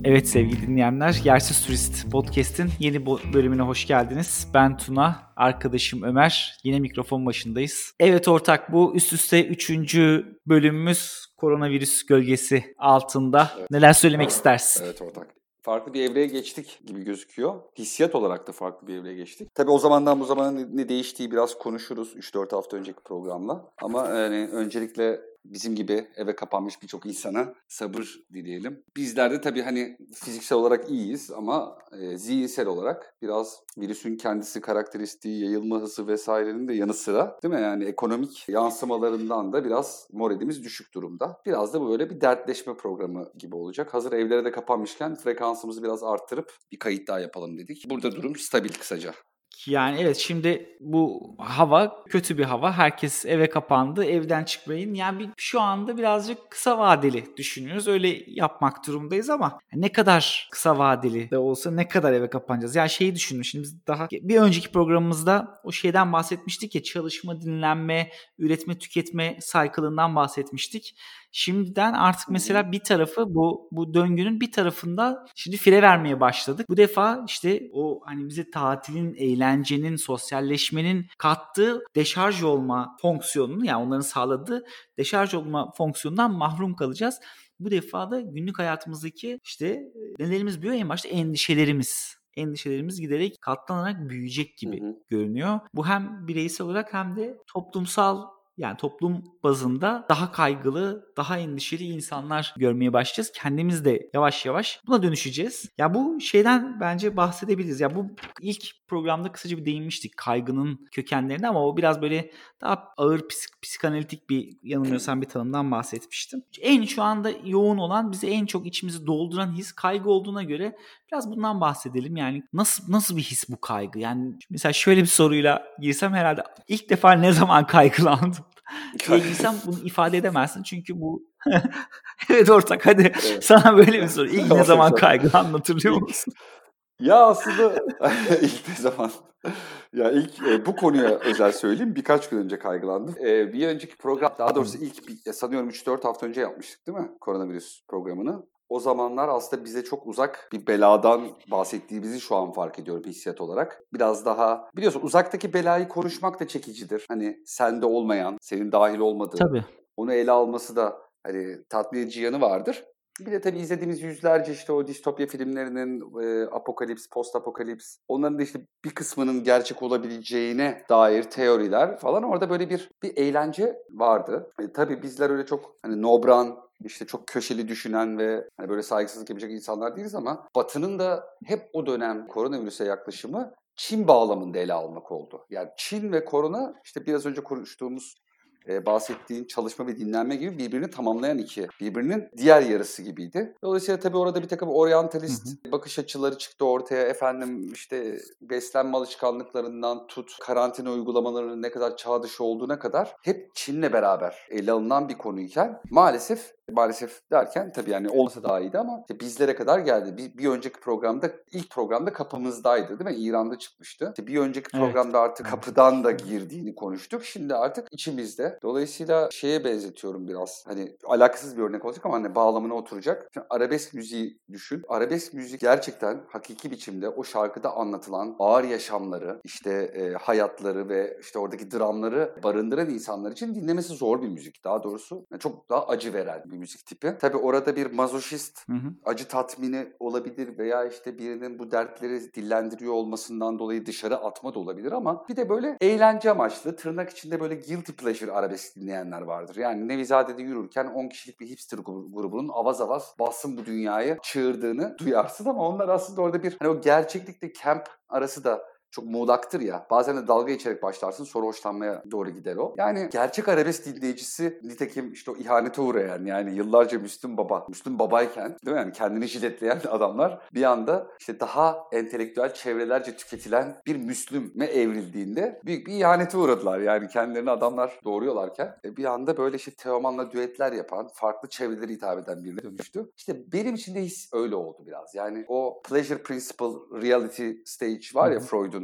Evet sevgili dinleyenler, Yersiz Turist Podcast'in yeni bölümüne hoş geldiniz. Ben Tuna, arkadaşım Ömer. Yine mikrofon başındayız. Evet ortak, bu üst üste 3. bölümümüz koronavirüs gölgesi altında. Evet. Neler söylemek istersin? Evet ortak. Farklı bir evreye geçtik gibi gözüküyor. Hissiyat olarak da farklı bir evreye geçtik. Tabii o zamandan bu zamana ne değiştiği biraz konuşuruz 3-4 hafta önceki programla. Ama yani öncelikle bizim gibi eve kapanmış birçok insana sabır dileyelim. Bizler de tabii hani fiziksel olarak iyiyiz ama zihinsel olarak biraz virüsün kendisi, karakteristiği, yayılma hızı vesairenin de yanı sıra değil mi? Yani ekonomik yansımalarından da biraz moralimiz düşük durumda. Biraz da böyle bir dertleşme programı gibi olacak. Hazır evlere de kapanmışken frekansımızı biraz arttırıp bir kayıt daha yapalım dedik. Burada durum stabil kısaca. Yani evet, şimdi bu hava kötü bir hava. Herkes eve kapandı. Evden çıkmayın. Yani şu anda birazcık kısa vadeli düşünüyoruz. Öyle yapmak durumdayız ama ne kadar kısa vadeli de olsa ne kadar eve kapanacağız? Yani şeyi düşünün. Şimdi biz daha bir önceki programımızda o şeyden bahsetmiştik ya, çalışma, dinlenme, üretme, tüketme cycle'ından bahsetmiştik. Şimdiden artık mesela bir tarafı bu döngünün bir tarafında şimdi fire vermeye başladık. Bu defa işte o hani bize tatilin, eğlencenin, sosyalleşmenin kattığı deşarj olma fonksiyonunu, yani onların sağladığı deşarj olma fonksiyonundan mahrum kalacağız. Bu defa da günlük hayatımızdaki işte nelerimiz büyüyor, en başta endişelerimiz giderek katlanarak büyüyecek gibi görünüyor. Bu hem bireysel olarak hem de toplumsal, yani toplum bazında daha kaygılı, daha endişeli insanlar görmeye başlayacağız. Kendimiz de yavaş yavaş buna dönüşeceğiz. Ya bu şeyden bence bahsedebiliriz. Ya bu ilk programda kısaca bir değinmiştik kaygının kökenlerine, ama o biraz böyle daha ağır psikanalitik bir, yanılmıyorsam bir tanımdan bahsetmiştim. Şu anda yoğun olan, bizi en çok içimizi dolduran his kaygı olduğuna göre biraz bundan bahsedelim. Yani nasıl bir his bu kaygı? Yani mesela şöyle bir soruyla girsem, herhalde ilk defa ne zaman kaygılandım diye girsem bunu ifade edemezsin. Çünkü bu evet ortak, hadi evet. Sana böyle bir soru. İlk ne zaman kaygılandın, hatırlıyor musun? Ya aslında ilk ne zaman? Ya ilk bu konuya özel söyleyeyim. Birkaç gün önce kaygılandım. Bir önceki program, daha doğrusu sanıyorum 3-4 hafta önce yapmıştık değil mi? Koronavirüs programını. O zamanlar aslında bize çok uzak bir beladan bahsettiğimizi şu an fark ediyorum hissiyat olarak. Biraz daha, biliyorsun, uzaktaki belayı konuşmak da çekicidir. Hani sende olmayan, senin dahil olmadığı, tabii, onu ele alması da hani tatmin edici yanı vardır. Bir de tabii izlediğimiz yüzlerce işte o distopya filmlerinin apokalips, post apokalips, onların da işte bir kısmının gerçek olabileceğine dair teoriler falan, orada böyle bir eğlence vardı. Tabii bizler öyle çok hani nobran, işte çok köşeli düşünen ve hani böyle saygısızlık yapacak insanlar değiliz, ama Batı'nın da hep o dönem koronavirüse yaklaşımı Çin bağlamında ele almak oldu. Yani Çin ve korona, işte biraz önce konuştuğumuz bahsettiğin çalışma ve dinlenme gibi birbirini tamamlayan iki, birbirinin diğer yarısı gibiydi. Dolayısıyla tabii orada bir takım oryantalist bakış açıları çıktı ortaya. Efendim işte beslenme alışkanlıklarından tut, karantina uygulamalarının ne kadar çağ dışı olduğuna kadar hep Çin'le beraber ele alınan bir konuyken maalesef derken tabii yani olmasa daha iyiydi, ama işte bizlere kadar geldi. Bir önceki programda, ilk programda kapımızdaydı değil mi? İran'da çıkmıştı. İşte bir önceki programda artık kapıdan da girdiğini konuştuk. Şimdi artık içimizde. Dolayısıyla şeye benzetiyorum biraz. Hani alakasız bir örnek olacak ama hani bağlamına oturacak. Şimdi arabesk müziği düşün. Arabesk müzik gerçekten hakiki biçimde o şarkıda anlatılan ağır yaşamları, işte hayatları ve işte oradaki dramları barındıran insanlar için dinlemesi zor bir müzik. Daha doğrusu yani çok daha acı veren bir müzik tipi. Tabii orada bir mazoşist acı tatmini olabilir veya işte birinin bu dertleri dillendiriyor olmasından dolayı dışarı atma da olabilir, ama bir de böyle eğlence amaçlı, tırnak içinde böyle guilty pleasure arabesk dinleyenler vardır. Yani Nevizade'de yürürken 10 kişilik bir hipster grubunun avaz avaz bassın bu dünyayı çığırdığını duyarsın, ama onlar aslında orada bir hani o gerçeklikle camp arası da çok muğlaktır ya. Bazen de dalga geçerek başlarsın, sonra hoşlanmaya doğru gider o. Yani gerçek arabesk dinleyicisi, nitekim işte o ihanete uğrayan, yani yıllarca Müslüm babayken değil mi? Yani kendini jiletleyen adamlar bir anda işte daha entelektüel çevrelerce tüketilen bir Müslüme evrildiğinde büyük bir ihanete uğradılar. Yani kendilerini adamlar doğuruyorlarken bir anda böyle işte Teoman'la düetler yapan, farklı çevrelere hitap eden birine dönüştü. İşte benim için de his öyle oldu biraz. Yani o pleasure principle reality stage var ya, Freud'un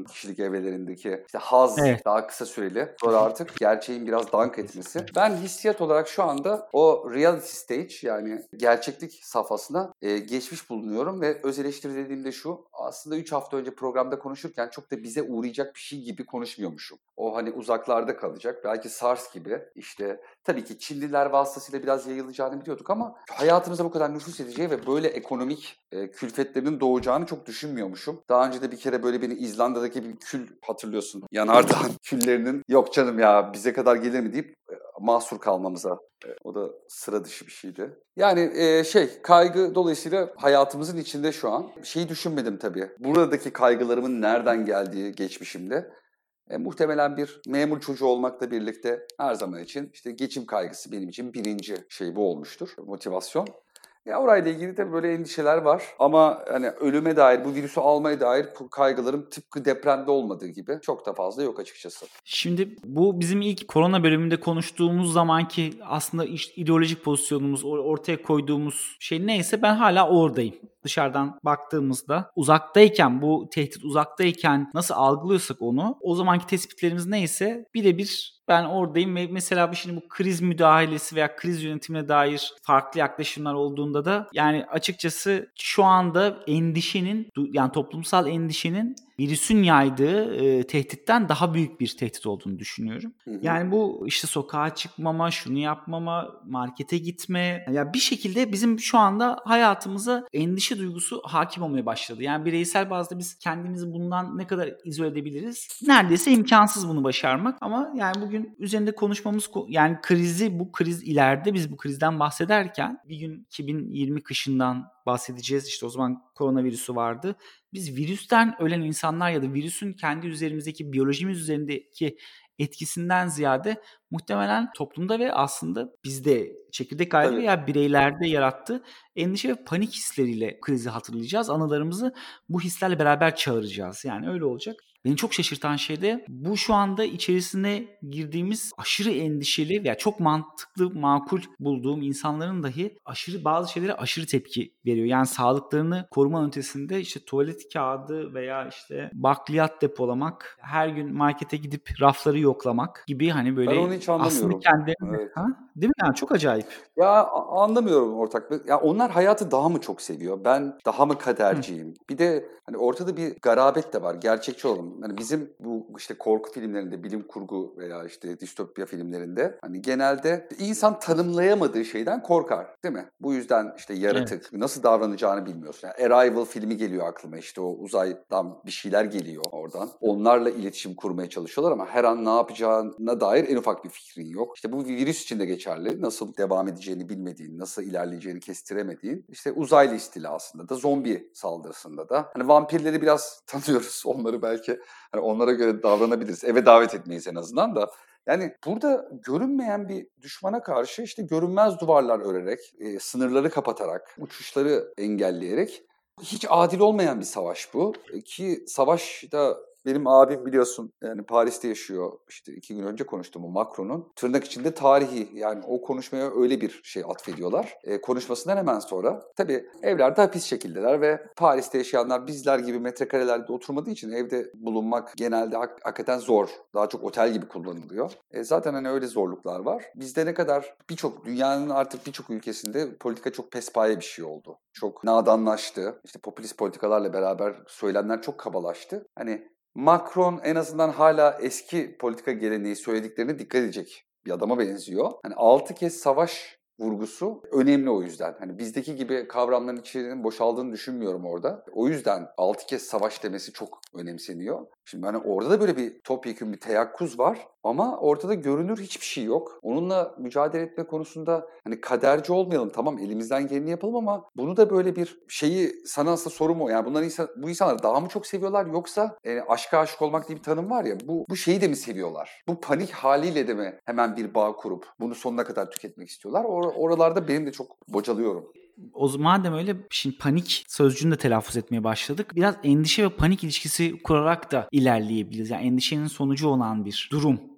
Zuckerberg'in kişilik evrelerindeki işte haz daha kısa süreli. Sonra artık gerçeğin biraz dank etmesi. Ben hissiyat olarak şu anda o reality stage, yani gerçeklik safhasına geçmiş bulunuyorum ve öz eleştiri dediğimde şu: aslında 3 hafta önce programda konuşurken çok da bize uğrayacak bir şey gibi konuşmuyormuşum. O hani uzaklarda kalacak. Belki SARS gibi, işte tabii ki Çinliler vasıtasıyla biraz yayılacağını biliyorduk ama hayatımıza bu kadar nüfuz edeceği ve böyle ekonomik külfetlerin doğacağını çok düşünmüyormuşum. Daha önce de bir kere böyle beni İzlanda'daki bir kül, hatırlıyorsun, yanardağın küllerinin yok canım ya bize kadar gelir mi deyip mahsur kalmamıza. O da sıra dışı bir şeydi. Yani kaygı dolayısıyla hayatımızın içinde şu an. Şeyi düşünmedim tabii. Buradaki kaygılarımın nereden geldiği geçmişimde. Muhtemelen bir memur çocuğu olmakla birlikte her zaman için işte geçim kaygısı benim için birinci şey bu olmuştur. Motivasyon. Orayla ilgili de böyle endişeler var. Ama hani ölüme dair, bu virüsü almaya dair kaygılarım tıpkı depremde olmadığı gibi çok da fazla yok açıkçası. Şimdi bu bizim ilk korona bölümünde konuştuğumuz zamanki aslında ideolojik pozisyonumuz, ortaya koyduğumuz şey neyse ben hala oradayım. Dışarıdan baktığımızda uzaktayken, bu tehdit uzaktayken nasıl algılıyorsak onu, o zamanki tespitlerimiz neyse birebir ben oradayım ve mesela şimdi bu kriz müdahalesi veya kriz yönetimine dair farklı yaklaşımlar olduğunda da yani açıkçası şu anda endişenin, yani toplumsal endişenin virüsün yaydığı tehditten daha büyük bir tehdit olduğunu düşünüyorum. Yani bu işte sokağa çıkmama, şunu yapmama, markete gitme, ya bir şekilde bizim şu anda hayatımıza endişe duygusu hakim olmaya başladı. Yani bireysel bazda biz kendimizi bundan ne kadar izole edebiliriz? Neredeyse imkansız bunu başarmak ama yani bugün üzerinde konuşmamız, yani bu kriz ileride biz bu krizden bahsederken bir gün 2020 kışından bahsedeceğiz. İşte o zaman koronavirüsü vardı. Biz virüsten ölen insanlar ya da virüsün kendi üzerimizdeki, biyolojimiz üzerindeki etkisinden ziyade muhtemelen toplumda ve aslında bizde çekirdek aile veya bireylerde yarattığı endişe ve panik hisleriyle krizi hatırlayacağız. Anılarımızı bu hislerle beraber çağıracağız. Yani öyle olacak. Beni çok şaşırtan şey de bu, şu anda içerisine girdiğimiz aşırı endişeli veya çok mantıklı, makul bulduğum insanların dahi bazı şeylere aşırı tepki veriyor. Yani sağlıklarını koruma ötesinde işte tuvalet kağıdı veya işte bakliyat depolamak, her gün markete gidip rafları yoklamak gibi hani böyle. Ben onu hiç anlamıyorum. Aslında kendilerini, evet. Değil mi? Yani çok acayip. Ya anlamıyorum ortaklık. Ya onlar hayatı daha mı çok seviyor? Ben daha mı kaderciyim? Bir de hani ortada bir garabet de var. Gerçekçi olalım. Hani bizim bu işte korku filmlerinde, bilim kurgu veya işte distopya filmlerinde hani genelde insan tanımlayamadığı şeyden korkar, değil mi? Bu yüzden işte yaratık nasıl davranacağını bilmiyorsun. Yani Arrival filmi geliyor aklıma, işte o uzaydan bir şeyler geliyor oradan. Onlarla iletişim kurmaya çalışıyorlar ama her an ne yapacağına dair en ufak bir fikrin yok. İşte bu virüs için de geçerli. Nasıl devam edeceğini bilmediğin, nasıl ilerleyeceğini kestiremediğin, işte uzaylı istilasında da, zombi saldırısında da. Hani vampirleri biraz tanıyoruz. Onları belki hani onlara göre davranabiliriz. Eve davet etmeyiz en azından da. Yani burada görünmeyen bir düşmana karşı işte görünmez duvarlar örerek, sınırları kapatarak, uçuşları engelleyerek, hiç adil olmayan bir savaş bu. Ki savaşta benim abim biliyorsun yani Paris'te yaşıyor. İşte 2 gün önce konuştum, o Macron'un tırnak içinde tarihi, yani o konuşmaya öyle bir şey atfediyorlar. Konuşmasından hemen sonra tabii evlerde hapis şekildeler ve Paris'te yaşayanlar bizler gibi metrekarelerde oturmadığı için evde bulunmak genelde hakikaten zor. Daha çok otel gibi kullanılıyor. Zaten hani öyle zorluklar var. Bizde ne kadar dünyanın artık birçok ülkesinde politika çok pespaye bir şey oldu. Çok nadanlaştı. İşte popülist politikalarla beraber söylemler çok kabalaştı. Hani Macron en azından hala eski politika geleneği söylediklerine dikkat edecek bir adama benziyor. Hani 6 kez savaş vurgusu önemli o yüzden. Hani bizdeki gibi kavramların içinin boşaldığını düşünmüyorum orada. O yüzden 6 kez savaş demesi çok önemseniyor. Şimdi hani orada da böyle bir topyekun bir teyakkuz var ama ortada görünür hiçbir şey yok. Onunla mücadele etme konusunda hani kaderci olmayalım, tamam elimizden geleni yapalım ama bunu da böyle bir şeyi, sana aslında sorum o. Yani bu insanlar daha mı çok seviyorlar, yoksa aşka aşık olmak diye bir tanım var ya, bu şeyi de mi seviyorlar? Bu panik haliyle de mi hemen bir bağ kurup bunu sonuna kadar tüketmek istiyorlar? Oralarda benim de çok bocalıyorum. O madem öyle, şimdi panik sözcüğünü de telaffuz etmeye başladık. Biraz endişe ve panik ilişkisi kurarak da ilerleyebiliriz. Yani endişenin sonucu olan bir durum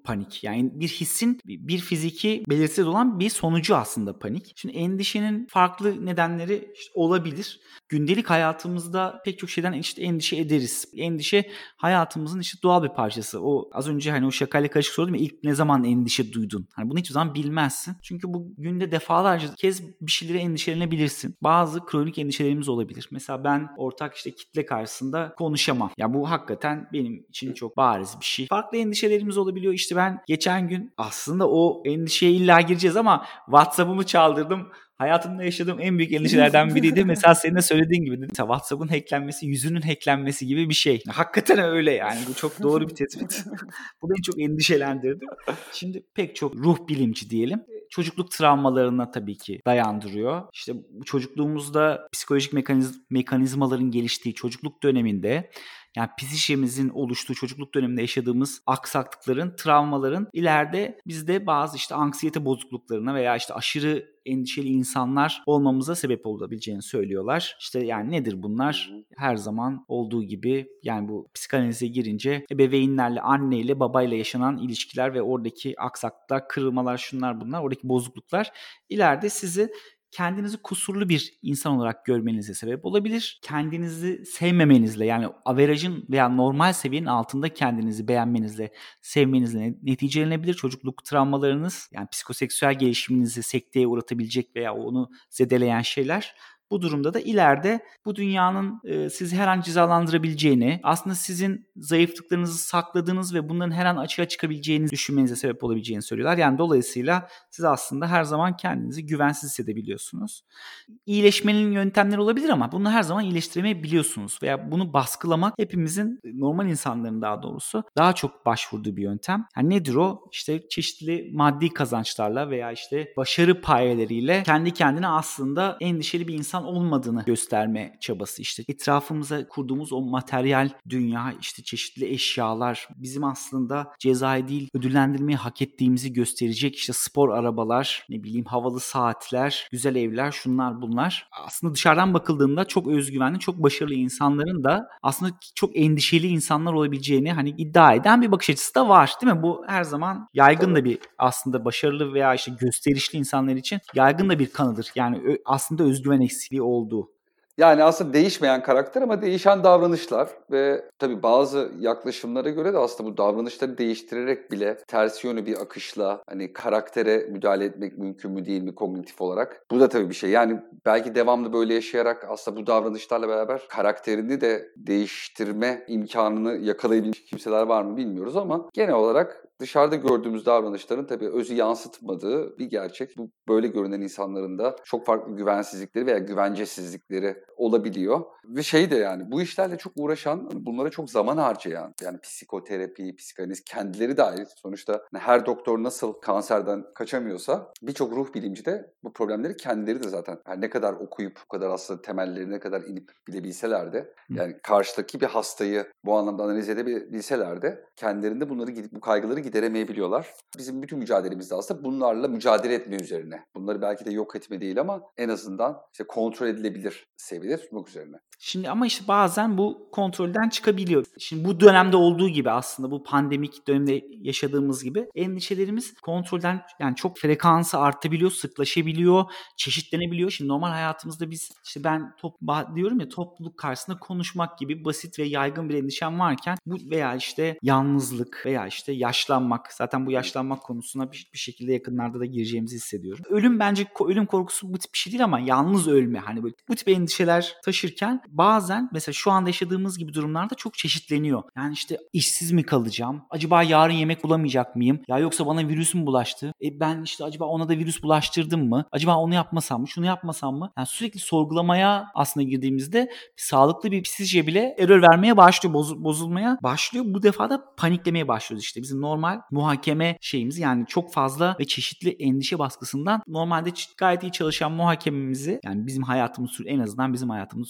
panik. Yani bir hissin bir fiziki belirtisi olan bir sonucu aslında panik. Şimdi endişenin farklı nedenleri işte olabilir. Gündelik hayatımızda pek çok şeyden işte endişe ederiz. Endişe hayatımızın işte doğal bir parçası. O az önce hani o şakayla karışık sordum ya, ilk ne zaman endişe duydun? Hani bunu hiçbir zaman bilmezsin. Çünkü bu günde defalarca kez bir şeylere endişelenebilirsin. Bazı kronik endişelerimiz olabilir. Mesela ben ortak işte kitle karşısında konuşamam. Ya bu hakikaten benim için çok bariz bir şey. Farklı endişelerimiz olabiliyor. İşte ben geçen gün aslında o endişeye illa gireceğiz ama WhatsApp'ımı çaldırdım. Hayatımda yaşadığım en büyük endişelerden biriydi. Mesela senin de söylediğin gibi mesela WhatsApp'ın hacklenmesi, yüzünün hacklenmesi gibi bir şey. Hakikaten öyle yani. Bu çok doğru bir tespit. Bu beni çok endişelendirdi. Şimdi pek çok ruh bilimci diyelim çocukluk travmalarına tabii ki dayandırıyor. İşte bu çocukluğumuzda psikolojik mekanizmaların geliştiği çocukluk döneminde, yani psikemizin oluştuğu çocukluk döneminde yaşadığımız aksaklıkların, travmaların ileride bizde bazı işte anksiyete bozukluklarına veya işte aşırı endişeli insanlar olmamıza sebep olabileceğini söylüyorlar. İşte yani nedir bunlar? Her zaman olduğu gibi yani bu psikanalize girince ebeveynlerle, anneyle, babayla yaşanan ilişkiler ve oradaki aksaklıklar, kırılmalar, şunlar bunlar, oradaki bozukluklar ileride sizi kendinizi kusurlu bir insan olarak görmenize sebep olabilir. Kendinizi sevmemenizle, yani averajın veya normal seviyenin altında kendinizi beğenmenizle, sevmenizle neticelenebilir. Çocukluk travmalarınız, yani psikoseksüel gelişiminizi sekteye uğratabilecek veya onu zedeleyen şeyler. Bu durumda da ileride bu dünyanın sizi her an cezalandırabileceğini, aslında sizin zayıflıklarınızı sakladığınız ve bunların her an açığa çıkabileceğini düşünmenize sebep olabileceğini söylüyorlar. Yani dolayısıyla siz aslında her zaman kendinizi güvensiz hissedebiliyorsunuz. İyileşmenin yöntemleri olabilir ama bunu her zaman iyileştiremeyebiliyorsunuz veya bunu baskılamak hepimizin, normal insanların daha doğrusu, daha çok başvurduğu bir yöntem. Yani nedir o? İşte çeşitli maddi kazançlarla veya işte başarı payeleriyle kendi kendine aslında endişeli bir insan olmadığını gösterme çabası. İşte etrafımıza kurduğumuz o materyal dünya, işte çeşitli eşyalar bizim aslında cezayı değil ödüllendirmeyi hak ettiğimizi gösterecek, işte spor arabalar, ne bileyim havalı saatler, güzel evler, şunlar bunlar. Aslında dışarıdan bakıldığında çok özgüvenli, çok başarılı insanların da aslında çok endişeli insanlar olabileceğini hani iddia eden bir bakış açısı da var, değil mi? Bu her zaman yaygın da bir aslında başarılı veya işte gösterişli insanlar için yaygın da bir kanıdır. Yani aslında özgüven eksikliği olduğu. Yani aslında değişmeyen karakter ama değişen davranışlar ve tabii bazı yaklaşımlara göre de aslında bu davranışları değiştirerek bile ters yönlü bir akışla hani karaktere müdahale etmek mümkün mü değil mi kognitif olarak? Bu da tabii bir şey. Yani belki devamlı böyle yaşayarak aslında bu davranışlarla beraber karakterini de değiştirme imkanını yakalayabilecek kimseler var mı bilmiyoruz ama genel olarak dışarıda gördüğümüz davranışların tabii özü yansıtmadığı bir gerçek. Bu böyle görünen insanların da çok farklı güvensizlikleri veya güvencesizlikleri olabiliyor. Ve şey de yani bu işlerle çok uğraşan, bunlara çok zaman harcayan, yani psikoterapi, psikanaliz kendileri dahil sonuçta her doktor nasıl kanserden kaçamıyorsa birçok ruh bilimci de bu problemleri kendileri de zaten yani ne kadar okuyup bu kadar aslında temellerine kadar inip bilebilseler de yani karşıdaki bir hastayı bu anlamda analiz edebilseler de kendilerinde bu kaygıları gideremeyebiliyorlar. Bizim bütün mücadelemiz de aslında bunlarla mücadele etme üzerine. Bunları belki de yok etme değil ama en azından işte kontrol edilebilir seviyede tutmak üzerine. Şimdi ama işte bazen bu kontrolden çıkabiliyor. Şimdi bu dönemde olduğu gibi aslında bu pandemik dönemde yaşadığımız gibi endişelerimiz kontrolden yani çok frekansı artabiliyor, sıklaşabiliyor, çeşitlenebiliyor. Şimdi normal hayatımızda biz işte ben diyorum ya topluluk karşısında konuşmak gibi basit ve yaygın bir endişem varken bu veya işte yalnızlık veya işte yaşlanmak, zaten bu yaşlanmak konusuna bir şekilde yakınlarda da gireceğimizi hissediyorum. Ölüm bence ölüm korkusu bu tip bir şey değil ama yalnız ölme hani böyle bu tip endişeler taşırken bazen mesela şu anda yaşadığımız gibi durumlarda çok çeşitleniyor. Yani işte işsiz mi kalacağım? Acaba yarın yemek bulamayacak mıyım? Ya yoksa bana virüs mü bulaştı? Ben işte acaba ona da virüs bulaştırdım mı? Acaba onu yapmasam mı? Şunu yapmasam mı? Yani sürekli sorgulamaya aslında girdiğimizde sağlıklı bir psikolojiye bile error vermeye başlıyor, bozulmaya başlıyor. Bu defa da paniklemeye başlıyoruz işte. Bizim normal muhakeme şeyimiz yani çok fazla ve çeşitli endişe baskısından normalde gayet iyi çalışan muhakememizi yani bizim hayatımızı en azından bizim hayatımızı sürdürecek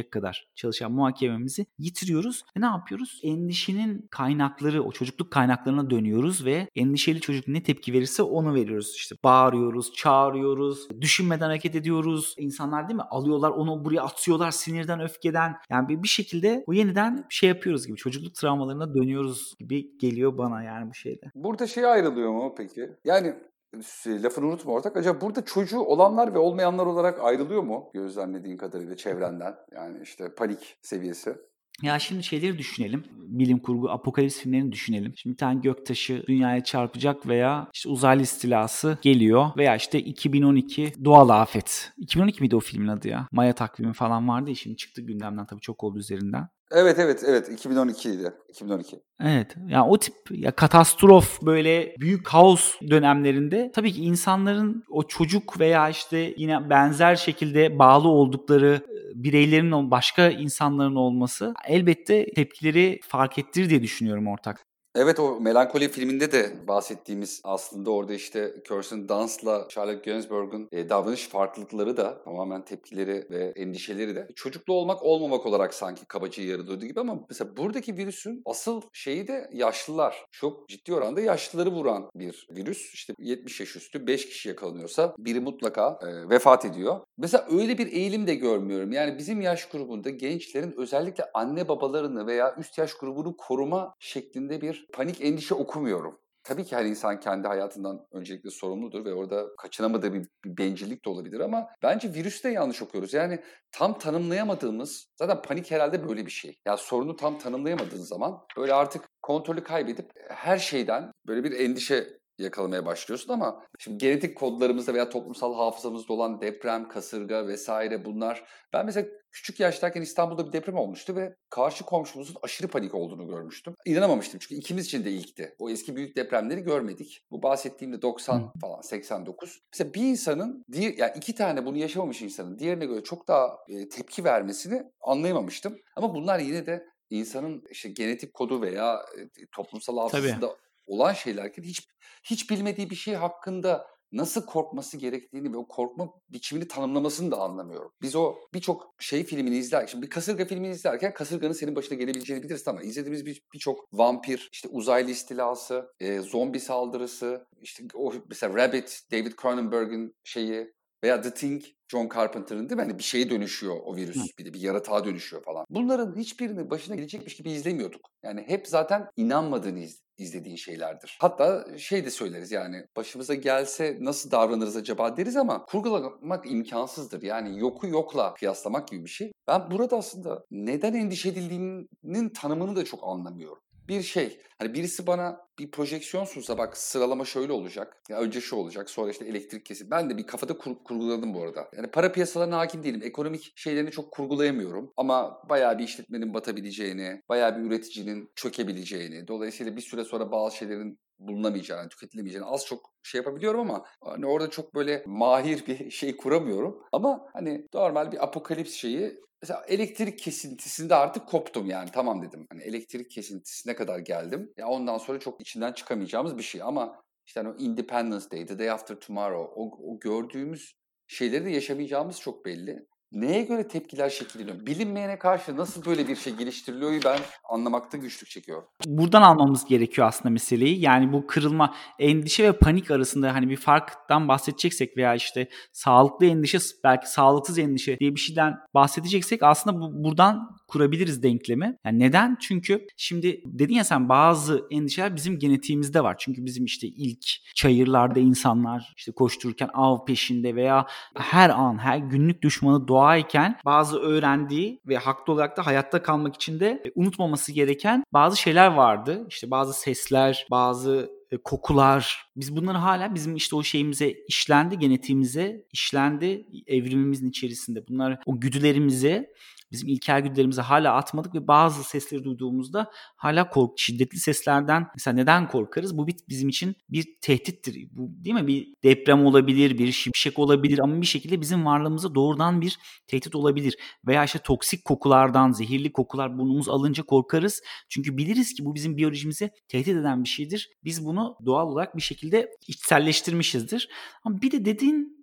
düşünecek kadar çalışan muhakememizi yitiriyoruz. Ve ne yapıyoruz? Endişenin kaynakları, o çocukluk kaynaklarına dönüyoruz ve endişeli çocuk ne tepki verirse onu veriyoruz. İşte bağırıyoruz, çağırıyoruz, düşünmeden hareket ediyoruz. İnsanlar değil mi? Alıyorlar onu buraya atıyorlar sinirden, öfkeden. Yani bir şekilde o yeniden şey yapıyoruz gibi. Çocukluk travmalarına dönüyoruz gibi geliyor bana yani bu şeyde. Burada şey ayrılıyor mu peki? Yani lafını unutma ortak. Acaba burada çocuğu olanlar ve olmayanlar olarak ayrılıyor mu gözlemlediğin kadarıyla çevrenden? Yani işte panik seviyesi. Ya şimdi şeyleri düşünelim. Bilim kurgu, apokalips filmlerini düşünelim. Şimdi bir tane göktaşı dünyaya çarpacak veya işte uzaylı istilası geliyor veya işte 2012 doğal afet. 2012 miydi o filmin adı ya? Maya takvimi falan vardı ya, şimdi çıktı gündemden, tabii çok oldu üzerinden. Evet 2012 idi. 2012. Evet. Yani o tip ya katastrof, böyle büyük kaos dönemlerinde tabii ki insanların o çocuk veya işte yine benzer şekilde bağlı oldukları bireylerin, başka insanların olması elbette tepkileri fark ettirir diye düşünüyorum ortak. Evet, o Melankoli filminde de bahsettiğimiz aslında orada işte Kirsten Dunst'la Charlotte Gainsbourg'un davranış farklılıkları da tamamen tepkileri ve endişeleri de çocuklu olmak olmamak olarak sanki kabaca yarılıyordu gibi, ama mesela buradaki virüsün asıl şeyi de yaşlılar. Çok ciddi oranda yaşlıları vuran bir virüs. İşte 70 yaş üstü 5 kişi yakalanıyorsa biri mutlaka vefat ediyor. Mesela öyle bir eğilim de görmüyorum. Yani bizim yaş grubunda gençlerin özellikle anne babalarını veya üst yaş grubunu koruma şeklinde bir panik, endişe okumuyorum. Tabii ki her insan kendi hayatından öncelikle sorumludur ve orada kaçınamadığı bir bencillik de olabilir, ama bence virüsü de yanlış okuyoruz. Yani tam tanımlayamadığımız, zaten panik herhalde böyle bir şey. Yani sorunu tam tanımlayamadığın zaman böyle artık kontrolü kaybedip her şeyden böyle bir endişe yakalamaya başlıyorsun, ama şimdi genetik kodlarımızda veya toplumsal hafızamızda olan deprem, kasırga vesaire bunlar. Ben mesela küçük yaştayken İstanbul'da bir deprem olmuştu ve karşı komşumuzun aşırı panik olduğunu görmüştüm. İnanamamıştım çünkü ikimiz için de ilkti. O eski büyük depremleri görmedik. Bu bahsettiğimde 90 falan, 89. Mesela bir insanın, yani iki tane bunu yaşamamış insanın diğerine göre çok daha tepki vermesini anlayamamıştım. Ama bunlar yine de insanın işte genetik kodu veya toplumsal hafızasında olan şeylerken hiç bilmediği bir şey hakkında nasıl korkması gerektiğini ve o korkma biçimini tanımlamasını da anlamıyorum. Biz o birçok filmini izlerken, şimdi bir kasırga filmini izlerken kasırganın senin başına gelebileceğini bilirsin, ama izlediğimiz birçok vampir, işte uzaylı istilası, zombi saldırısı, işte o mesela Rabbit, David Cronenberg'in veya The Thing, John Carpenter'ın, değil mi? Hani bir şeye dönüşüyor o virüs, bir yaratığa dönüşüyor falan. Bunların hiçbirini başına gelecekmiş gibi izlemiyorduk. Yani hep zaten inanmadığını izlediğin şeylerdir. Hatta de söyleriz, yani başımıza gelse nasıl davranırız acaba deriz, ama kurgulamak imkansızdır. Yani yoku yokla kıyaslamak gibi bir şey. Ben burada aslında neden endişe edildiğinin tanımını da çok anlamıyorum. Hani birisi bana bir projeksiyon sunsa, bak sıralama şöyle olacak. Ya önce şu olacak, sonra işte elektrik kesin. Ben de bir kafada kurguladım bu arada. Yani para piyasalarına hakim değilim. Ekonomik şeylerini çok kurgulayamıyorum. Ama bayağı bir işletmenin batabileceğini, bayağı bir üreticinin çökebileceğini, dolayısıyla bir süre sonra bazı şeylerin bulunamayacağını, tüketilemeyeceğini az çok yapabiliyorum, ama hani orada çok böyle mahir bir kuramıyorum. Ama hani normal bir apokalips mesela elektrik kesintisinde artık koptum, yani tamam dedim. Hani elektrik kesintisine kadar geldim. Ya ondan sonra çok içinden çıkamayacağımız bir şey, ama işte hani o Independence Day, The Day After Tomorrow, o gördüğümüz şeyleri de yaşamayacağımız çok belli. Neye göre tepkiler şekilleniyor? Bilinmeyene karşı nasıl böyle bir şey geliştiriliyor, ben anlamakta güçlük çekiyorum. Buradan almamız gerekiyor aslında meseleyi. Yani bu kırılma, endişe ve panik arasında hani bir farktan bahsedeceksek veya işte sağlıklı endişe, belki sağlıksız endişe diye bir şeyden bahsedeceksek aslında buradan kurabiliriz denklemi. Yani neden? Çünkü şimdi dedin ya sen, bazı endişeler bizim genetiğimizde var. Çünkü bizim işte ilk çayırlarda insanlar işte koştururken av peşinde veya her an, her günlük düşmanı doğayken bazı öğrendiği ve haklı olarak da hayatta kalmak için de unutmaması gereken bazı şeyler vardı. İşte bazı sesler, bazı kokular. Biz bunları hala bizim işte o şeyimize işlendi, genetiğimize işlendi, evrimimizin içerisinde. Bunlar o güdülerimize, bizim ilkel güdülerimize hala atmadık ve bazı sesleri duyduğumuzda hala şiddetli seslerden mesela neden korkarız? Bu bizim için bir tehdittir. Bu değil mi? Bir deprem olabilir, bir şimşek olabilir, ama bir şekilde bizim varlığımıza doğrudan bir tehdit olabilir. Veya işte toksik kokulardan, zehirli kokular burnumuz alınca korkarız. Çünkü biliriz ki bu bizim biyolojimizi tehdit eden bir şeydir. Biz bunu doğal olarak bir şekilde içselleştirmişizdir. Ama bir de dediğin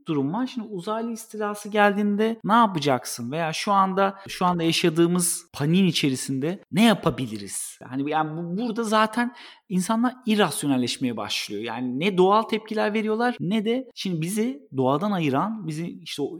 durum var. Şimdi uzaylı istilası geldiğinde ne yapacaksın? Veya şu anda yaşadığımız paniğin içerisinde ne yapabiliriz? Yani burada zaten insanlar irrasyonelleşmeye başlıyor. Yani ne doğal tepkiler veriyorlar ne de şimdi bizi doğadan ayıran, bizi işte o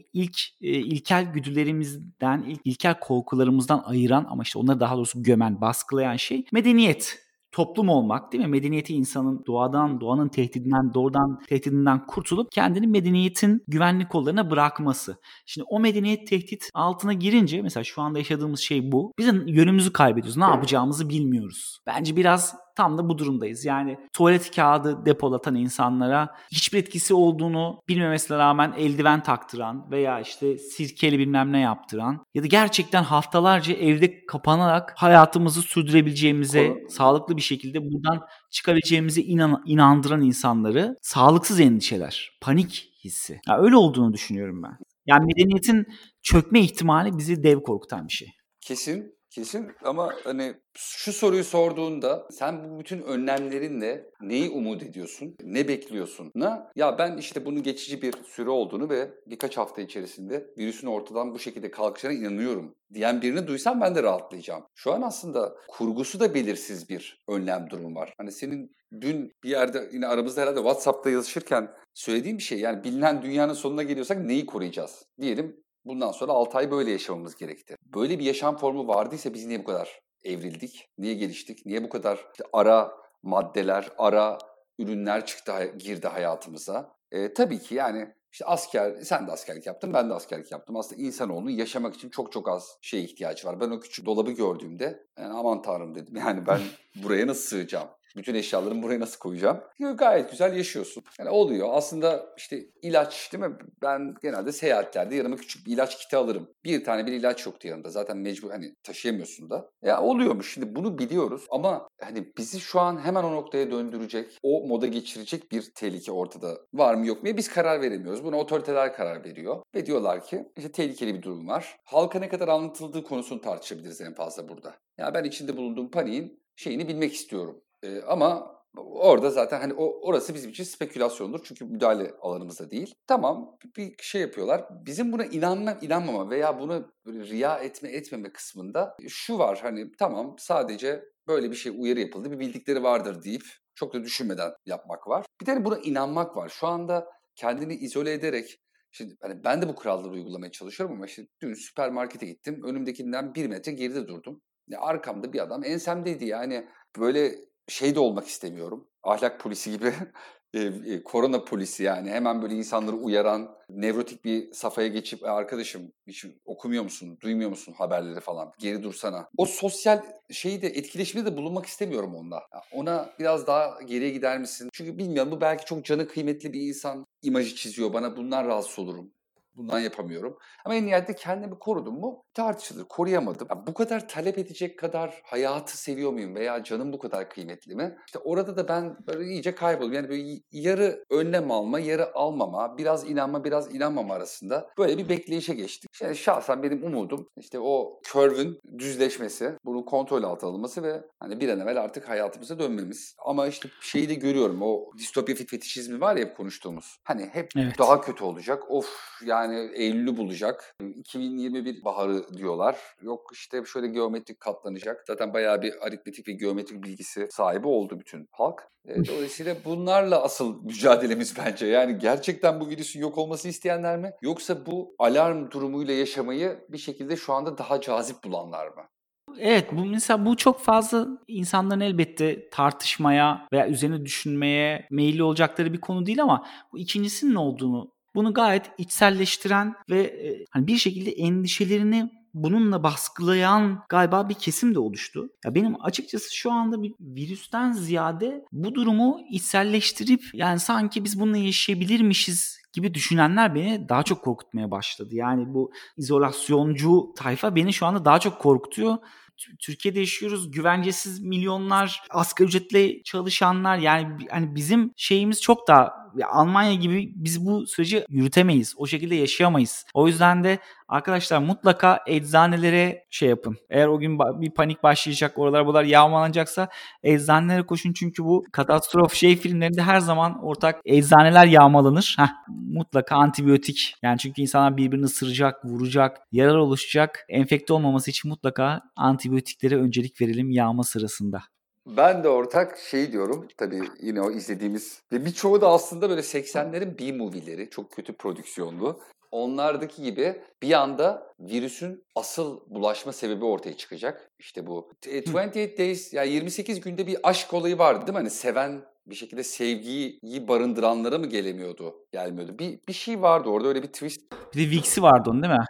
ilkel güdülerimizden, ilkel korkularımızdan ayıran ama işte onları daha doğrusu gömen, baskılayan şey medeniyet. Toplum olmak, değil mi? Medeniyeti insanın doğanın doğrudan tehdidinden kurtulup kendini medeniyetin güvenlik kollarına bırakması. Şimdi o medeniyet tehdit altına girince mesela şu anda yaşadığımız şey bu. Biz yönümüzü kaybediyoruz. Ne yapacağımızı bilmiyoruz. Bence biraz tam da bu durumdayız. Yani tuvalet kağıdı depolatan insanlara hiçbir etkisi olduğunu bilmemesine rağmen eldiven taktıran veya işte sirkeli bilmem ne yaptıran ya da gerçekten haftalarca evde kapanarak hayatımızı sürdürebileceğimize, sağlıklı bir şekilde buradan çıkabileceğimize inandıran insanları sağlıksız endişeler, panik hissi. Ya öyle olduğunu düşünüyorum ben. Yani medeniyetin çökme ihtimali bizi dev korkutan bir şey. Kesin ama hani şu soruyu sorduğunda sen bu bütün önlemlerinle neyi umut ediyorsun, ne bekliyorsun? Ya ben işte bunun geçici bir süre olduğunu ve birkaç hafta içerisinde virüsün ortadan bu şekilde kalkacağına inanıyorum diyen birini duysam ben de rahatlayacağım. Şu an aslında kurgusu da belirsiz bir önlem durumu var. Hani senin dün bir yerde yine aramızda herhalde WhatsApp'ta yazışırken söylediğim bir şey, yani bilinen dünyanın sonuna geliyorsak neyi koruyacağız? Diyelim bundan sonra 6 ay böyle yaşamamız gerekti. Böyle bir yaşam formu vardıysa biz niye bu kadar evrildik? Niye geliştik? Niye bu kadar işte ara maddeler, ara ürünler girdi hayatımıza? Tabii ki yani işte sen de askerlik yaptın, ben de askerlik yaptım. Aslında insanoğlunun yaşamak için çok çok az şeye ihtiyacı var. Ben o küçük dolabı gördüğümde aman tanrım dedim. Yani ben buraya nasıl sığacağım? Bütün eşyalarımı buraya nasıl koyacağım? Gayet güzel yaşıyorsun. Yani oluyor. Aslında işte ilaç, değil mi? Ben genelde seyahatlerde yanıma küçük bir ilaç kiti alırım. Bir tane bir ilaç yoktu yanımda. Zaten mecbur hani taşıyamıyorsun da. Ya oluyormuş. Şimdi bunu biliyoruz ama hani bizi şu an hemen o noktaya döndürecek, o moda geçirecek bir tehlike ortada var mı yok mu? Biz karar veremiyoruz. Buna otoriteler karar veriyor. Ve diyorlar ki işte tehlikeli bir durum var. Halka ne kadar anlatıldığı konusunu tartışabiliriz en fazla burada. Ya ben içinde bulunduğum paniğin şeyini bilmek istiyorum. Ama orada zaten hani orası bizim için spekülasyondur. Çünkü müdahale alanımızda değil. Tamam, bir şey yapıyorlar. Bizim buna inanmama veya bunu riya etmeme kısmında şu var. Hani tamam, sadece böyle bir şey uyarı yapıldı, bir bildikleri vardır deyip çok da düşünmeden yapmak var. Bir de buna inanmak var. Şu anda kendini izole ederek, şimdi hani ben de bu kuralları uygulamaya çalışıyorum ama işte dün süpermarkete gittim. Önümdekinden 1 metre geride durdum. Ya arkamda bir adam ensemdeydi, yani böyle şey de olmak istemiyorum. Ahlak polisi gibi, korona polisi yani. Hemen böyle insanları uyaran, nevrotik bir safhaya geçip arkadaşım hiç okumuyor musun, duymuyor musun haberleri falan, geri dursana. O sosyal etkileşimde de bulunmak istemiyorum onunla. Ona biraz daha geriye gider misin? Çünkü bilmiyorum, bu belki çok canı kıymetli bir insan imajı çiziyor bana. Bundan rahatsız olurum. Bundan yapamıyorum. Ama en nihayetinde kendimi korudum mu tartışılır. Koruyamadım. Ya bu kadar talep edecek kadar hayatı seviyor muyum veya canım bu kadar kıymetli mi? İşte orada da ben böyle iyice kayboldum. Yani böyle yarı önlem alma, yarı almama, biraz inanma, biraz inanmama arasında böyle bir bekleyişe geçtik. Yani şahsen benim umudum işte o curve'ün düzleşmesi, bunun kontrol altına alınması ve hani bir an evvel artık hayatımıza dönmemiz. Ama işte şeyi de görüyorum, o distopya fetişizmi var ya hep konuştuğumuz. Hani hep Evet. daha kötü olacak. Of yani Eylül'ü bulacak. 2021 baharı diyorlar. Yok işte şöyle geometrik katlanacak. Zaten bayağı bir aritmetik ve geometrik bilgisi sahibi oldu bütün halk. Dolayısıyla bunlarla asıl mücadelemiz bence. Yani gerçekten bu virüsün yok olması isteyenler mi? Yoksa bu alarm durumuyla yaşamayı bir şekilde şu anda daha cazip bulanlar mı? Evet, bu çok fazla insanların elbette tartışmaya veya üzerine düşünmeye meyilli olacakları bir konu değil ama bu ikincisinin ne olduğunu, bunu gayet içselleştiren ve hani bir şekilde endişelerini bununla baskılayan galiba bir kesim de oluştu. Ya benim açıkçası şu anda bir virüsten ziyade bu durumu içselleştirip yani sanki biz bununla yaşayabilirmişiz gibi düşünenler beni daha çok korkutmaya başladı. Yani bu izolasyoncu tayfa beni şu anda daha çok korkutuyor. Türkiye'de yaşıyoruz. Güvencesiz milyonlar, asgari ücretle çalışanlar, yani hani bizim şeyimiz çok daha ya Almanya gibi biz bu süreci yürütemeyiz. O şekilde yaşayamayız. O yüzden de arkadaşlar mutlaka eczanelere şey yapın. Eğer o gün bir panik başlayacak, oralar yağmalanacaksa eczanelere koşun. Çünkü bu katastrof filmlerinde her zaman ortak eczaneler yağmalanır. Mutlaka antibiyotik. Yani çünkü insanlar birbirini ısıracak, vuracak, yarar oluşacak. Enfekte olmaması için mutlaka antibiyotiklere öncelik verelim yağma sırasında. Ben de ortak diyorum. Tabii yine o izlediğimiz ve birçoğu da aslında böyle 80'lerin B-movie'leri. Çok kötü prodüksiyonlu. Onlardaki gibi bir anda virüsün asıl bulaşma sebebi ortaya çıkacak. İşte bu 28 Days, yani 28 günde bir aşk olayı vardı değil mi? Hani seven bir şekilde sevgiyi barındıranlara mı gelmiyordu. Bir şey vardı orada, öyle bir twist. Bir de Vix'i vardı onun değil mi?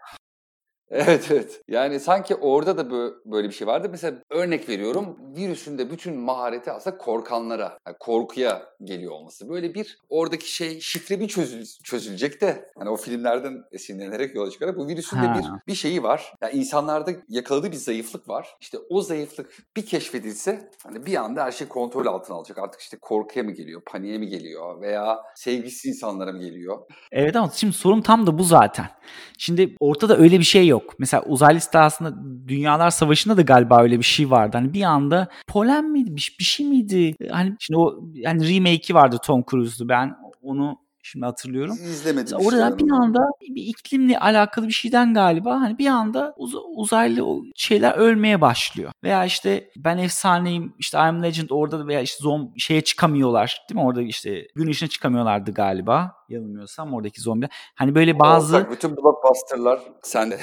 Evet. Yani sanki orada da böyle bir şey vardı. Mesela örnek veriyorum, virüsün de bütün mahareti aslında korkanlara, yani korkuya geliyor olması. Böyle bir oradaki şifre bir çözülecek de hani o filmlerden esinlenerek yola çıkarak bu virüsün de bir şeyi var. Yani insanlarda yakaladığı bir zayıflık var. İşte o zayıflık bir keşfedilse hani bir anda her şey kontrol altına alacak. Artık işte korkuya mı geliyor, paniğe mi geliyor veya sevgisiz insanlara mı geliyor? Evet ama şimdi sorun tam da bu zaten. Şimdi ortada öyle bir şey yok. Mesela uzaylı istilasında Dünyalar Savaşı'nda da galiba öyle bir şey vardı. Hani bir anda polen miydi, bir şey miydi? Hani şimdi o yani remake'i vardı Tom Cruise'lu. Ben onu şimdi hatırlıyorum. İzlemedim işte Oradan ben bir onu. anda bir iklimle alakalı bir şeyden galiba hani bir anda uzaylı o şeyler ölmeye başlıyor. Veya işte ben efsaneyim, işte I'm Legend, orada da veya işte şeye çıkamıyorlar değil mi? Orada işte gün ışığına çıkamıyorlardı galiba. Yanılmıyorsam oradaki zombiler. Hani böyle bazı... Ortak bütün blockbuster'lar sende.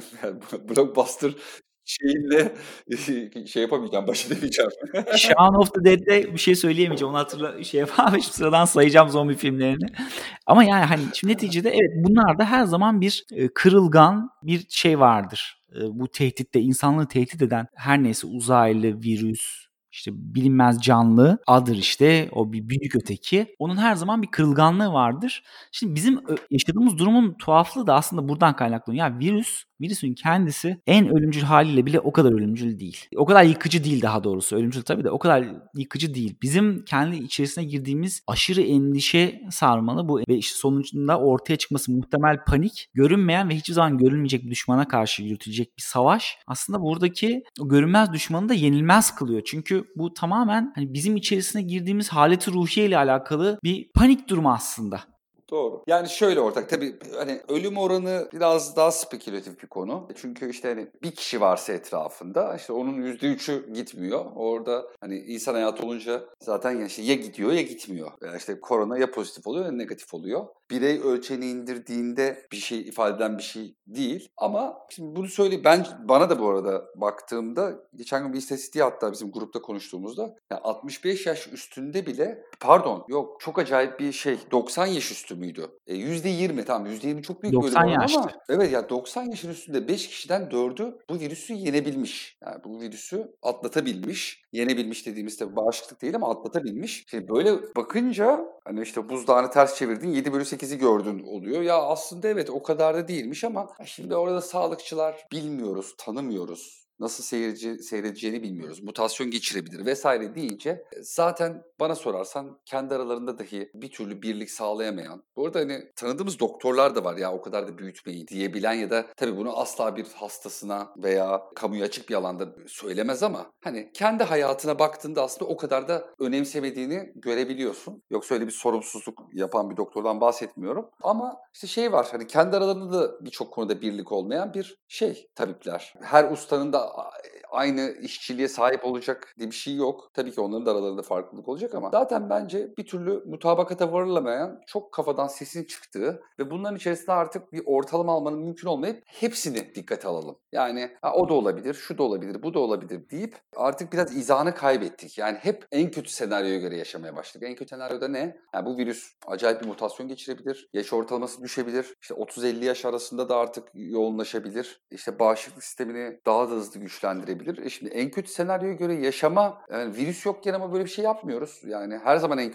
Blockbuster şeyinle yapamayacağım, baş edemeyeceğim. Shaun of the Dead'de bir şey söyleyemeyeceğim. Onu yapamayacağım. Sıradan sayacağım zombi filmlerini. Ama yani hani şimdi neticede evet, bunlarda her zaman bir kırılgan bir şey vardır. Bu tehditte, insanlığı tehdit eden her neyse, uzaylı, virüs, işte bilinmez canlı adır, işte o bir büyük öteki. Onun her zaman bir kırılganlığı vardır. Şimdi bizim yaşadığımız durumun tuhaflığı da aslında buradan kaynaklanıyor. Ya virüsün kendisi en ölümcül haliyle bile o kadar ölümcül değil. O kadar yıkıcı değil, daha doğrusu. Ölümcül tabii de o kadar yıkıcı değil. Bizim kendi içerisine girdiğimiz aşırı endişe sarmalı bu ve işte sonucunda ortaya çıkması muhtemel panik, görünmeyen ve hiçbir zaman görülmeyecek bir düşmana karşı yürütülecek bir savaş aslında buradaki o görünmez düşmanı da yenilmez kılıyor. Çünkü bu tamamen hani bizim içerisine girdiğimiz haleti ruhiye ile alakalı bir panik durumu aslında. Doğru. Yani şöyle ortak, tabii hani ölüm oranı biraz daha spekülatif bir konu. Çünkü işte hani bir kişi varsa etrafında işte onun %3'ü gitmiyor. Orada hani insan hayatı olunca zaten işte ya gidiyor ya gitmiyor. Yani işte korona ya pozitif oluyor ya negatif oluyor. Birey ölçeğini indirdiğinde bir şey ifade eden bir şey değil. Ama şimdi bunu söyleyeyim, bana da bu arada baktığımda geçen gün bir istatistiği, hatta bizim grupta konuştuğumuzda, yani 65 yaş üstünde bile, pardon yok, çok acayip bir 90 yaş üstü müydü? %20, tamam, %20 çok büyük bir ölüm 90 oranı yaşlı. ama evet ya, 90 yaşın üstünde 5 kişiden 4'ü bu virüsü yenebilmiş. Yani bu virüsü atlatabilmiş. Yenebilmiş dediğimiz tabii bağışıklık değil ama atlatabilmiş. Şimdi böyle bakınca hani işte buzdağını ters çevirdin 7/8'i gördün oluyor. Ya aslında evet, o kadar da değilmiş ama şimdi orada sağlıkçılar bilmiyoruz, tanımıyoruz. Nasıl seyredeceğini bilmiyoruz. Mutasyon geçirebilir vesaire deyince zaten bana sorarsan kendi aralarında dahi bir türlü birlik sağlayamayan. Bu arada hani tanıdığımız doktorlar da var, ya o kadar da büyütmeyin diyebilen ya da tabii bunu asla bir hastasına veya kamuya açık bir alanda söylemez ama hani kendi hayatına baktığında aslında o kadar da önemsemediğini görebiliyorsun. Yoksa öyle bir sorumsuzluk yapan bir doktordan bahsetmiyorum. Ama işte var, hani kendi aralarında da birçok konuda birlik olmayan bir tabipler. Her ustanın da aynı işçiliğe sahip olacak diye bir şey yok. Tabii ki onların da aralarında farklılık olacak ama zaten bence bir türlü mutabakata varılamayan, çok kafadan sesin çıktığı ve bunların içerisinde artık bir ortalama almanın mümkün olmayıp hepsini dikkate alalım. Yani o da olabilir, şu da olabilir, bu da olabilir deyip artık biraz izahını kaybettik. Yani hep en kötü senaryoya göre yaşamaya başladık. En kötü senaryoda ne? Yani bu virüs acayip bir mutasyon geçirebilir. Yaş ortalaması düşebilir. İşte 30-50 yaş arasında da artık yoğunlaşabilir. İşte bağışıklık sistemini daha da hızlı güçlendirebilir. Şimdi en kötü senaryoya göre yaşama, yani virüs yokken ama böyle bir şey yapmıyoruz. Yani her zaman en kötü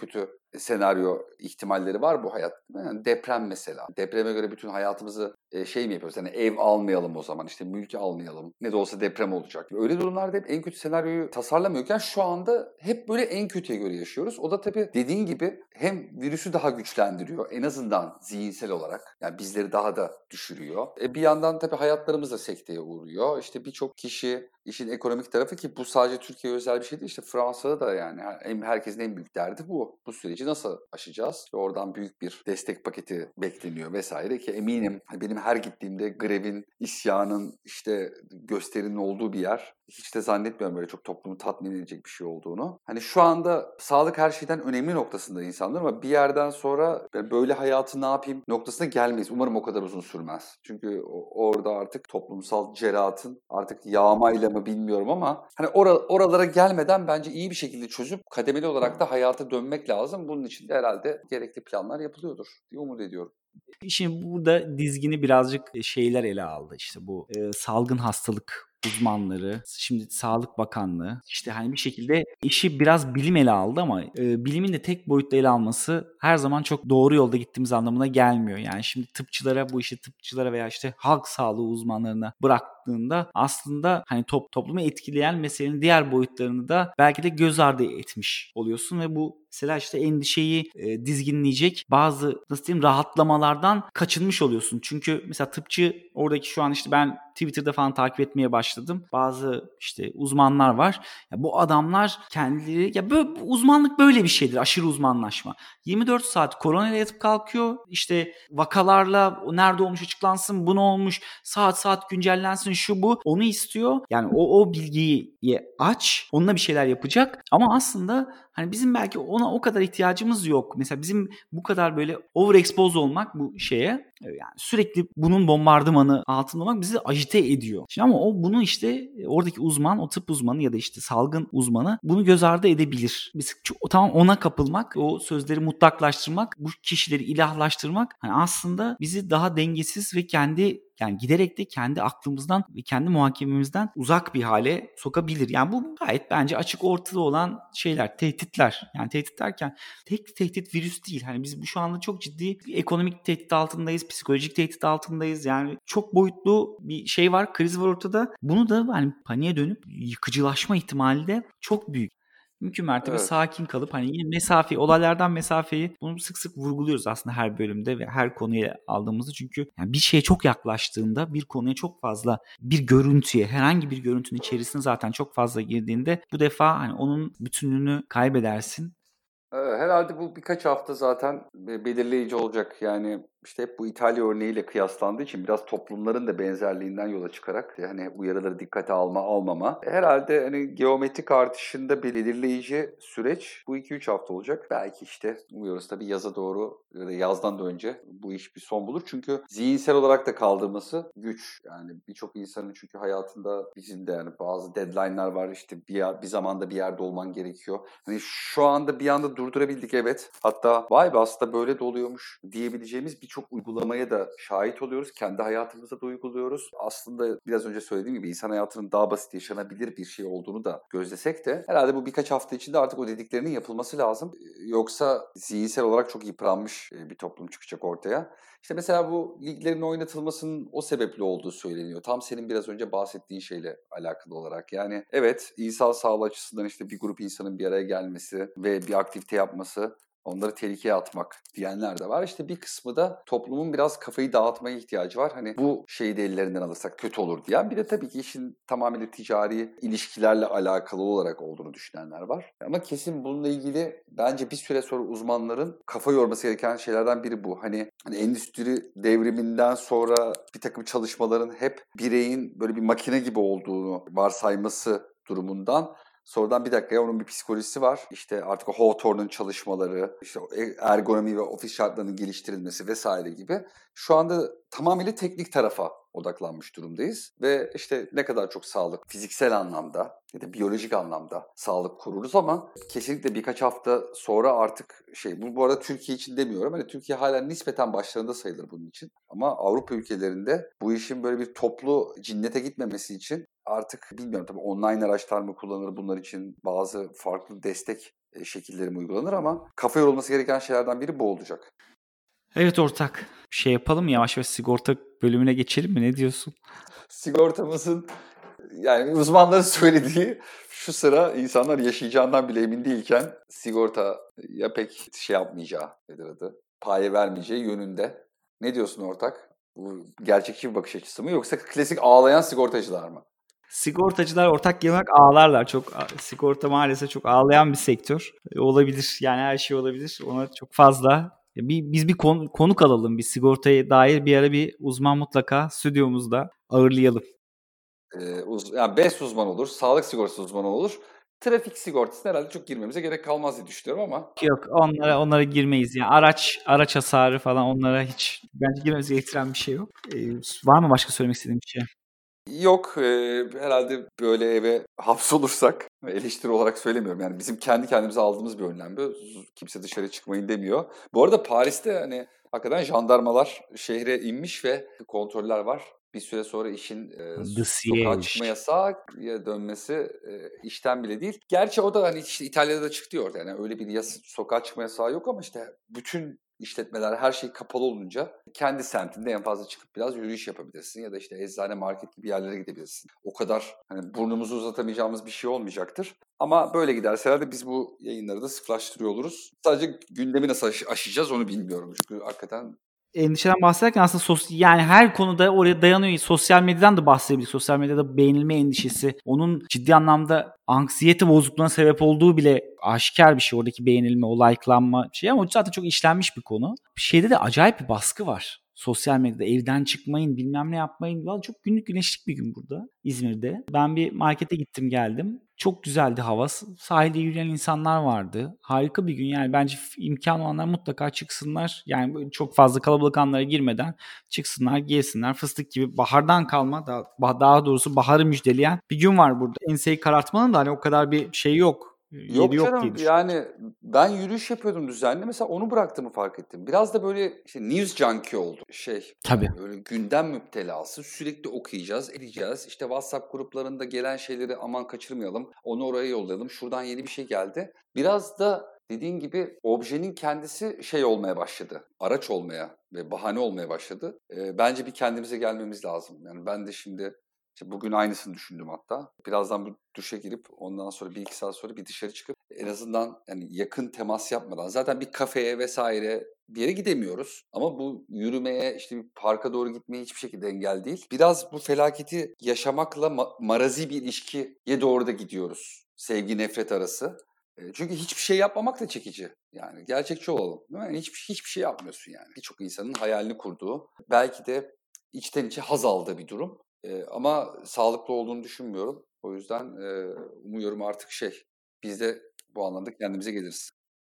senaryo ihtimalleri var bu hayatta. Yani deprem mesela. Depreme göre bütün hayatımızı şey mi yapıyoruz? Yani ev almayalım o zaman, işte mülk almayalım. Ne de olsa deprem olacak. Öyle durumlarda hep en kötü senaryoyu tasarlamıyorken şu anda hep böyle en kötüye göre yaşıyoruz. O da tabii dediğin gibi hem virüsü daha güçlendiriyor en azından zihinsel olarak. Yani bizleri daha da düşürüyor. Bir yandan tabii hayatlarımız da sekteye uğruyor. İşte birçok kişi işin ekonomik tarafı, ki bu sadece Türkiye'ye özel bir şey değil. İşte Fransa'da da yani herkesin en büyük derdi bu. Bu süreci nasıl aşacağız? Oradan büyük bir destek paketi bekleniyor vesaire, ki eminim benim her gittiğimde grevin, isyanın, işte gösterinin olduğu bir yer. Hiç de zannetmiyorum böyle çok toplumu tatmin edecek bir şey olduğunu. Hani şu anda sağlık her şeyden önemli noktasında insanlar, ama bir yerden sonra böyle hayatı ne yapayım noktasına gelmeyiz. Umarım o kadar uzun sürmez. Çünkü orada artık toplumsal cerahatın artık yağmayla mı bilmiyorum ama hani oralara gelmeden bence iyi bir şekilde çözüp kademeli olarak da hayata dönmek lazım. Bunun için de herhalde gerekli planlar yapılıyordur diye umut ediyorum. Şimdi burada dizgini birazcık şeyler ele aldı. İşte bu salgın hastalık uzmanları, şimdi Sağlık Bakanlığı, işte hani bir şekilde işi biraz bilim ele aldı ama bilimin de tek boyutlu ele alması her zaman çok doğru yolda gittiğimiz anlamına gelmiyor. Yani şimdi bu işi tıpçılara veya işte halk sağlığı uzmanlarına bıraktığında aslında hani toplumu etkileyen meselenin diğer boyutlarını da belki de göz ardı etmiş oluyorsun ve bu mesela işte endişeyi dizginleyecek bazı, nasıl diyeyim, rahatlamalardan kaçınmış oluyorsun. Çünkü mesela tıpçı, oradaki şu an işte ben Twitter'da falan takip etmeye başladım. Bazı işte uzmanlar var. Ya bu adamlar kendileri, ya böyle uzmanlık böyle bir şeydir. Aşırı uzmanlaşma. 24 saat koronayla yatıp kalkıyor. İşte vakalarla o nerede olmuş açıklansın, bu ne olmuş, saat güncellensin, şu bu. Onu istiyor. Yani o bilgiyi aç. Onunla bir şeyler yapacak. Ama aslında hani bizim belki ona o kadar ihtiyacımız yok. Mesela bizim bu kadar böyle overexpose olmak bu şeye, yani sürekli bunun bombardımanı altında olmak bizi agite ediyor. Şimdi ama bunu işte oradaki uzman, o tıp uzmanı ya da işte salgın uzmanı bunu göz ardı edebilir. Biz tamam ona kapılmak, o sözleri mutlaklaştırmak, bu kişileri ilahlaştırmak hani aslında bizi daha dengesiz ve yani giderek de kendi aklımızdan ve kendi muhakememizden uzak bir hale sokabilir. Yani bu gayet bence açık ortada olan şeyler, tehditler. Yani tehdit derken tek tehdit virüs değil. Hani biz şu anda çok ciddi bir ekonomik tehdit altındayız, psikolojik tehdit altındayız. Yani çok boyutlu bir şey var, kriz var ortada. Bunu da hani paniğe dönüp yıkıcılaşma ihtimali de çok büyük. Mümkün mertebe Evet. sakin kalıp hani yine olaylardan mesafeyi, bunu sık sık vurguluyoruz aslında her bölümde ve her konuya aldığımızda. Çünkü yani bir şeye çok yaklaştığında, bir konuya çok fazla, bir görüntüye, herhangi bir görüntünün içerisine zaten çok fazla girdiğinde bu defa hani onun bütünlüğünü kaybedersin. Herhalde bu birkaç hafta zaten belirleyici olacak. Yani işte hep bu İtalya örneğiyle kıyaslandığı için biraz toplumların da benzerliğinden yola çıkarak hani uyarıları dikkate almama. Herhalde hani geometrik artışında belirleyici süreç bu 2-3 hafta olacak. Belki işte umuyoruz tabii yaza doğru ya da yazdan da önce bu iş bir son bulur. Çünkü zihinsel olarak da kaldırması güç. Yani birçok insanın çünkü hayatında bizim de yani bazı deadline'lar var. İşte bir zamanda bir yerde olman gerekiyor. Hani şu anda bir anda durdurabildik, evet. Hatta vay be aslında böyle de oluyormuş diyebileceğimiz birçok uygulamaya da şahit oluyoruz. Kendi hayatımızda da uyguluyoruz. Aslında biraz önce söylediğim gibi insan hayatının daha basit yaşanabilir bir şey olduğunu da gözlesek de herhalde bu birkaç hafta içinde artık o dediklerinin yapılması lazım. Yoksa zihinsel olarak çok yıpranmış bir toplum çıkacak ortaya. İşte mesela bu liglerin oynatılmasının o sebeple olduğu söyleniyor. Tam senin biraz önce bahsettiğin şeyle alakalı olarak. Yani evet, insan sağlığı açısından işte bir grup insanın bir araya gelmesi ve bir aktivite yapması, onları tehlikeye atmak diyenler de var. İşte bir kısmı da toplumun biraz kafayı dağıtmaya ihtiyacı var. Hani bu şeyi de ellerinden alırsak kötü olur diyen. Bir de tabii ki işin tamamıyla ticari ilişkilerle alakalı olarak olduğunu düşünenler var. Ama kesin bununla ilgili bence bir süre sonra uzmanların kafa yorması gereken şeylerden biri bu. Hani endüstri devriminden sonra bir takım çalışmaların hep bireyin böyle bir makine gibi olduğunu varsayması durumundan sonradan bir dakika ya onun bir psikolojisi var. İşte artık o Hawthorne'un çalışmaları, işte ergonomi ve ofis şartlarının geliştirilmesi vesaire gibi şu anda tamamıyla teknik tarafa odaklanmış durumdayız. Ve işte ne kadar çok sağlık fiziksel anlamda ya da biyolojik anlamda sağlık kururuz ama kesinlikle birkaç hafta sonra artık bu arada Türkiye için demiyorum. Hani Türkiye hala nispeten başlarında sayılır bunun için. Ama Avrupa ülkelerinde bu işin böyle bir toplu cinnete gitmemesi için artık bilmiyorum tabii online araçlar mı kullanılır bunlar için, bazı farklı destek şekillerim uygulanır ama kafa yorulması gereken şeylerden biri bu olacak. Evet ortak. Şey yapalım yavaş yavaş sigorta bölümüne geçelim mi? Ne diyorsun? Sigortamızın yani uzmanların söylediği şu sıra insanlar yaşayacağından bile emin değilken sigortaya pek şey yapmayacağı, nedir adı, paye vermeyeceği yönünde. Ne diyorsun ortak? Bu gerçekçi bir bakış açısı mı yoksa klasik ağlayan sigortacılar mı? Sigortacılar ortak genel olarak ağlarlar. Sigorta maalesef çok ağlayan bir sektör. Olabilir. Yani her şey olabilir. Ona çok fazla. Biz bir konuk alalım. Bir sigortaya dair bir ara bir uzman mutlaka stüdyomuzda ağırlayalım. Yani BES uzman olur, sağlık sigortası uzmanı olur. Trafik sigortasına herhalde çok girmemize gerek kalmaz diye düşünüyorum ama. Yok onlara girmeyiz. Yani araç hasarı falan onlara hiç bence girmemiz gerektiren bir şey yok. Var mı başka söylemek istediğim bir şey? Yok, herhalde böyle eve hapsolursak, eleştiri olarak söylemiyorum. Yani bizim kendi kendimize aldığımız bir önlem bu. Kimse dışarı çıkmayın demiyor. Bu arada Paris'te hani hakikaten jandarmalar şehre inmiş ve kontroller var. Bir süre sonra işin sokağa çıkma yasağı dönmesi işten bile değil. Gerçi o da hani işte İtalya'da da çıktı orada. Yani öyle bir sokağa çıkma yasağı yok ama işte bütün işletmeler her şey kapalı olunca kendi semtinde en fazla çıkıp biraz yürüyüş yapabilirsin ya da işte eczane, market gibi yerlere gidebilirsin. O kadar hani burnumuzu uzatamayacağımız bir şey olmayacaktır. Ama böyle giderse herhalde biz bu yayınları da sıklaştırıyor oluruz. Sadece gündemi nasıl aşacağız onu bilmiyorum. Çünkü hakikaten endişeden bahsederken aslında yani her konuda oraya dayanıyor. Sosyal medyadan da bahsedebiliriz. Sosyal medyada beğenilme endişesi, onun ciddi anlamda anksiyete bozukluğuna sebep olduğu bile aşikar bir şey. Oradaki beğenilme, o like'lanma şey ama o zaten çok işlenmiş bir konu. Şeyde de acayip bir baskı var. Sosyal medyada evden çıkmayın, bilmem ne yapmayın. Vallahi çok günlük güneşlik bir gün burada İzmir'de. Ben bir markete gittim geldim. Çok güzeldi hava. Sahilde yürüyen insanlar vardı. Harika bir gün yani bence imkan olanlar mutlaka çıksınlar. Yani çok fazla kalabalık anlara girmeden çıksınlar, gezsinler. Fıstık gibi bahardan kalma daha doğrusu baharı müjdeleyen bir gün var burada. Enseyi karartmanın da hani o kadar bir şey yok. Yeri yok canım diye düşünüyorum. yani ben yürüyüş yapıyordum düzenli mesela onu bıraktığımı fark ettim. Biraz da böyle işte news junkie oldu Tabii. Yani böyle gündem müptelası sürekli okuyacağız edeceğiz. İşte WhatsApp gruplarında gelen şeyleri aman kaçırmayalım onu oraya yollayalım şuradan yeni bir şey geldi. Biraz da dediğin gibi objenin kendisi şey olmaya başladı araç olmaya ve bahane olmaya başladı. Bence bir kendimize gelmemiz lazım yani ben de şimdi İşte bugün aynısını düşündüm hatta. Birazdan bu duşa girip ondan sonra 1-2 saat sonra bir dışarı çıkıp en azından yani yakın temas yapmadan zaten bir kafeye vesaire bir yere gidemiyoruz. Ama bu yürümeye işte bir parka doğru gitmeye hiçbir şekilde engel değil. Biraz bu felaketi yaşamakla marazi bir ilişkiye doğru da gidiyoruz. Sevgi nefret arası. Çünkü hiçbir şey yapmamak da çekici. Yani gerçekçi olalım. Değil mi? Yani hiçbir şey yapmıyorsun yani. Birçok insanın hayalini kurduğu, belki de içten içe haz aldığı bir durum. Ama sağlıklı olduğunu düşünmüyorum. O yüzden umuyorum artık biz de bu anlamda kendimize geliriz.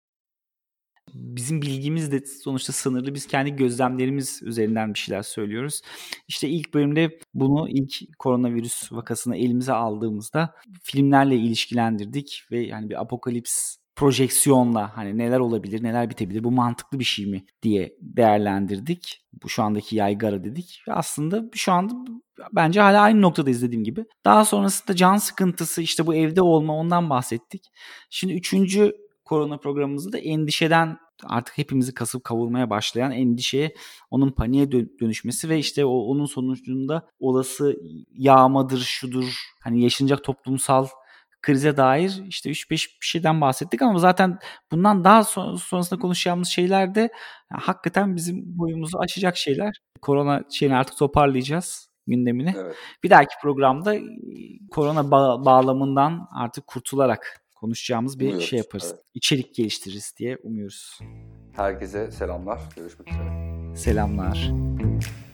Bizim bilgimiz de sonuçta sınırlı. Biz kendi gözlemlerimiz üzerinden bir şeyler söylüyoruz. İşte ilk bölümde bunu ilk koronavirüs vakasını elimize aldığımızda filmlerle ilişkilendirdik ve yani bir apokalips projeksiyonla hani neler olabilir, neler bitebilir, bu mantıklı bir şey mi diye değerlendirdik. Bu şu andaki yaygara dedik ve aslında şu anda bence hala aynı noktadayız dediğim gibi. Daha sonrasında can sıkıntısı işte bu evde olma ondan bahsettik. Şimdi 3. korona programımızda da endişeden artık hepimizi kasıp kavurmaya başlayan endişeye, onun paniğe dönüşmesi ve işte onun sonucunda olası yağmadır, şudur, hani yaşanacak toplumsal krize dair işte 3-5 bir şeyden bahsettik ama zaten bundan daha sonrasında konuşacağımız şeyler de yani hakikaten bizim boyumuzu aşacak şeyler. Korona şeyini artık toparlayacağız gündemini. Evet. Bir dahaki programda korona bağlamından artık kurtularak konuşacağımız bir Umuyoruz, şey yaparız. evet. İçerik geliştiririz diye umuyoruz. Herkese selamlar. Görüşmek üzere. Selamlar.